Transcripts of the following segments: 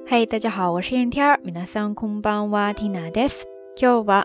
はい、大家好，我是燕天儿。皆さんこんばんは、ティナです。今日は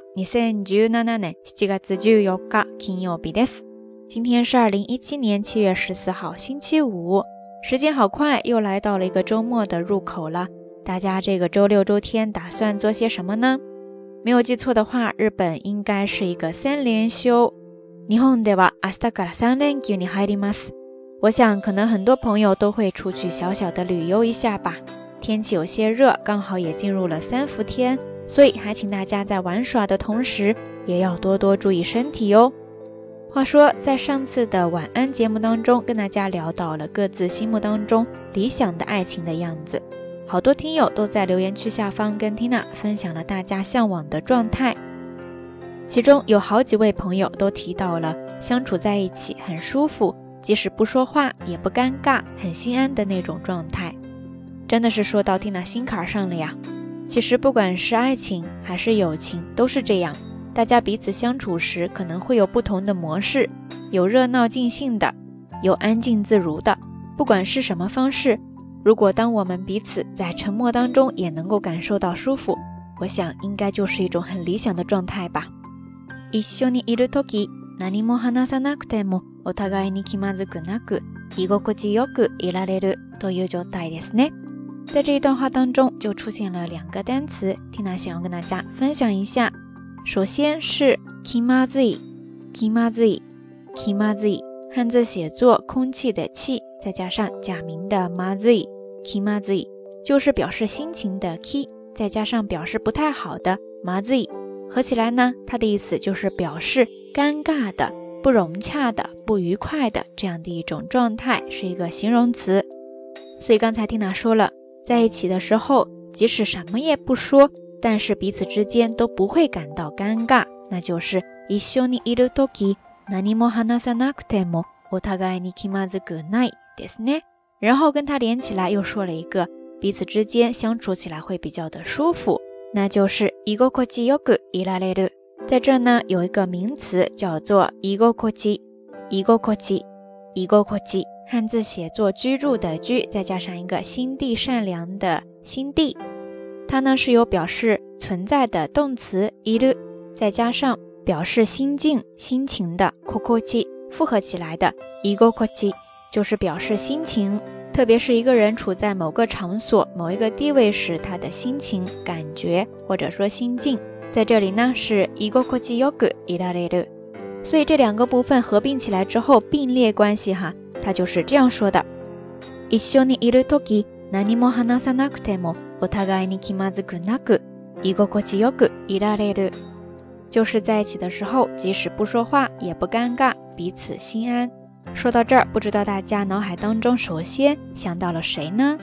2017年7月14日金曜日です。今天是2017年7月14号星期五，时间好快，又来到了一个周末的入口了。大家这个周六周天打算做些什么呢？没有记错的话，日本应该是一个3連休。日本では明日から3連休に入ります。我想可能很多朋友都会出去小小的旅游一下吧。天气有些热，刚好也进入了3伏天，所以还请大家在玩耍的同时也要多多注意身体哟。话说在上次的晚安节目当中，跟大家聊到了各自心目当中理想的爱情的样子，好多听友都在留言区下方跟 Tina 分享了大家向往的状态，其中有好几位朋友都提到了相处在一起很舒服，即使不说话也不尴尬，很心安的那种状态，真的是说到 Tina 心坎上了呀。其实不管是爱情还是友情都是这样，大家彼此相处时可能会有不同的模式，有热闹尽兴的，有安静自如的，不管是什么方式，如果当我们彼此在沉默当中也能够感受到舒服，我想应该就是一种很理想的状态吧。一緒にいるとき、何も話さなくてもお互いに気まずくなく、居心地よくいられるという状態ですね。在这一段话当中就出现了2个单词 Tina 想要跟大家分享一下。首先是気まずい，気まずい，気まずい，汉字写作空气的气再加上假名的まずい，気まずい就是表示心情的気，再加上表示不太好的まずい，合起来呢，它的意思就是表示尴尬的、不融洽的、不愉快的这样的一种状态，是一个形容词。所以刚才 Tina 说了，在一起的时候即使什么也不说，但是彼此之间都不会感到尴尬，那就是一緒にいるとき、何も話さなくてもお互いに気まずくないですね。然后跟它连起来又说了一个彼此之间相处起来会比较的舒服，那就是居心地よくいられる。在这呢有一个名词叫做居心地，居心地，居心地，汉字写作居住的居，再加上一个心地善良的心地，它呢是有表示存在的动词いる，再加上表示心境心情的心地，复合起来的居心地就是表示心情，特别是一个人处在某个场所某一个地位时，他的心情感觉或者說心境，在这里呢是居心地よくいられる。所以这2个部分合并起来之后并列关系哈，它就是这样说的：一緒にいるとき、何も話さなくてもお互いに気まずくなく、居心地よくいられる。就是在一起的时候，即使不说话也不尴尬，彼此心安。说到这儿，不知道大家脑海当中首先想到了谁呢？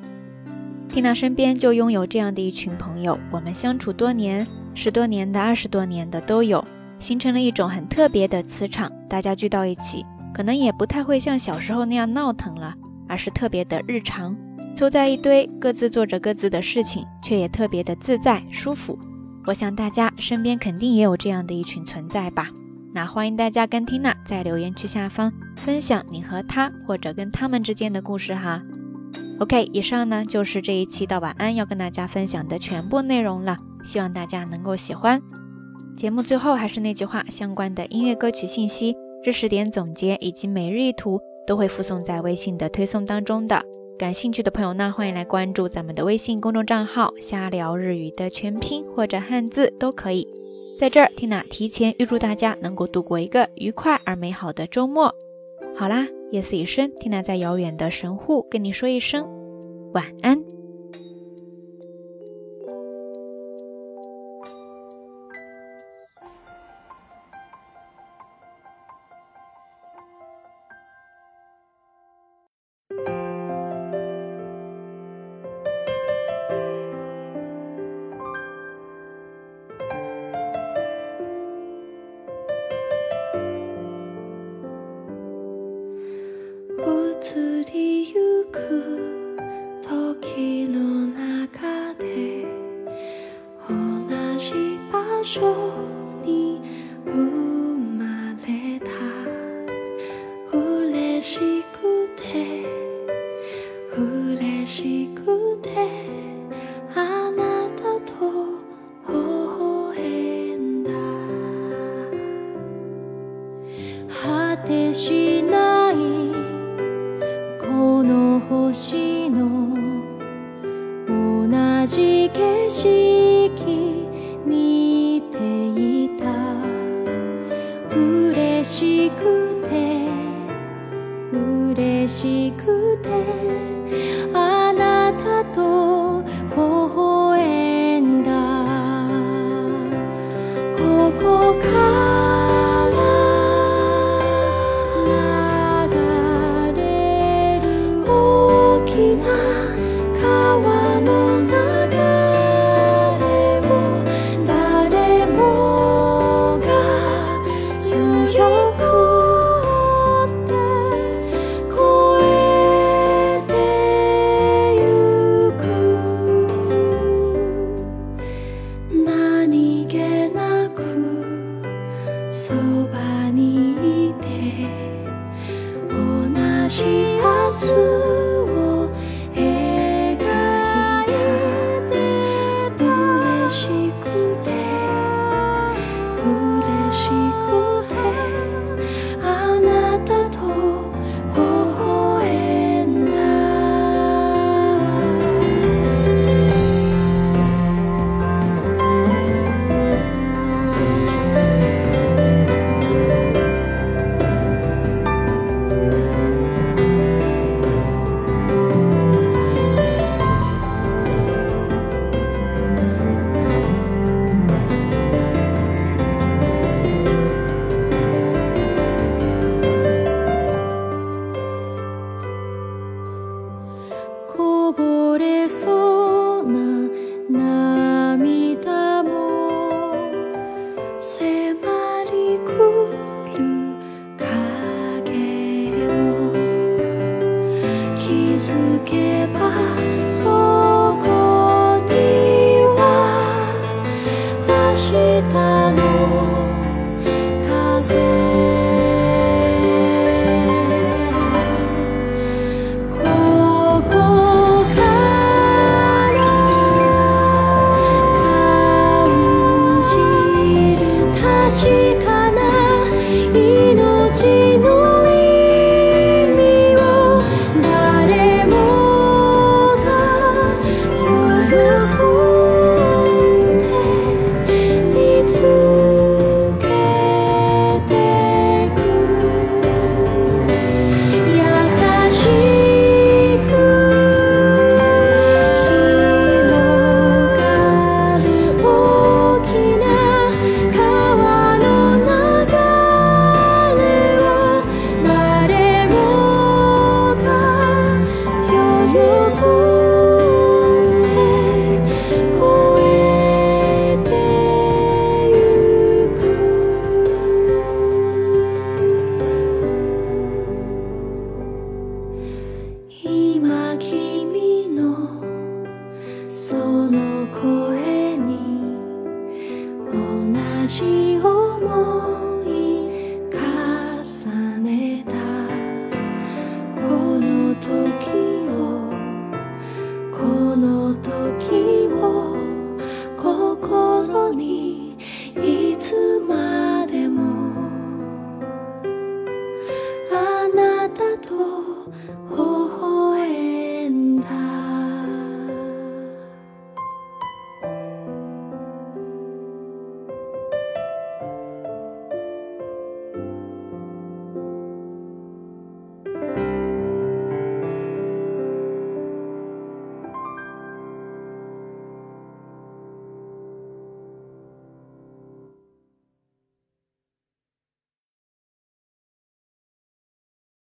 Tina 身边就拥有这样的一群朋友，我们相处多年，10多年的、20多年的都有，形成了一种很特别的磁场，大家聚到一起可能也不太会像小时候那样闹腾了，而是特别的日常，凑在一堆，各自做着各自的事情，却也特别的自在舒服。我想大家身边肯定也有这样的一群存在吧。那欢迎大家跟 Tina 在留言区下方分享你和他或者跟他们之间的故事哈。 OK， 以上呢就是这一期的晚安要跟大家分享的全部内容了，希望大家能够喜欢。节目最后还是那句话，相关的音乐歌曲信息、知识点总结以及每日一图都会附送在微信的推送当中的，感兴趣的朋友呢，欢迎来关注咱们的微信公众账号瞎聊日语的全拼或者汉字都可以。在这儿 Tina 提前预祝大家能够度过一个愉快而美好的周末。好啦，夜色已深， Tina 在遥远的神户跟你说一声晚安。 移りゆく時の中で同じ場所に生まれた嬉しくて嬉しくてじ景色見ていた嬉しくて嬉しくてあなたと微笑んだここから流れる大きな川の流れを誰もが強く越えてゆく何気なくそばにいて同じ明日を描いて嬉しくて嬉しくてあなたと微笑んだこぼれそうな涙も迫り来る影も気づけばそこには明日の風確かな命の意味を誰もが潰す見つけてく優しく広がる大きな川の流れを誰もが寄り添って越えてゆく今君のその声に同じ想い重ねたこの時をこの時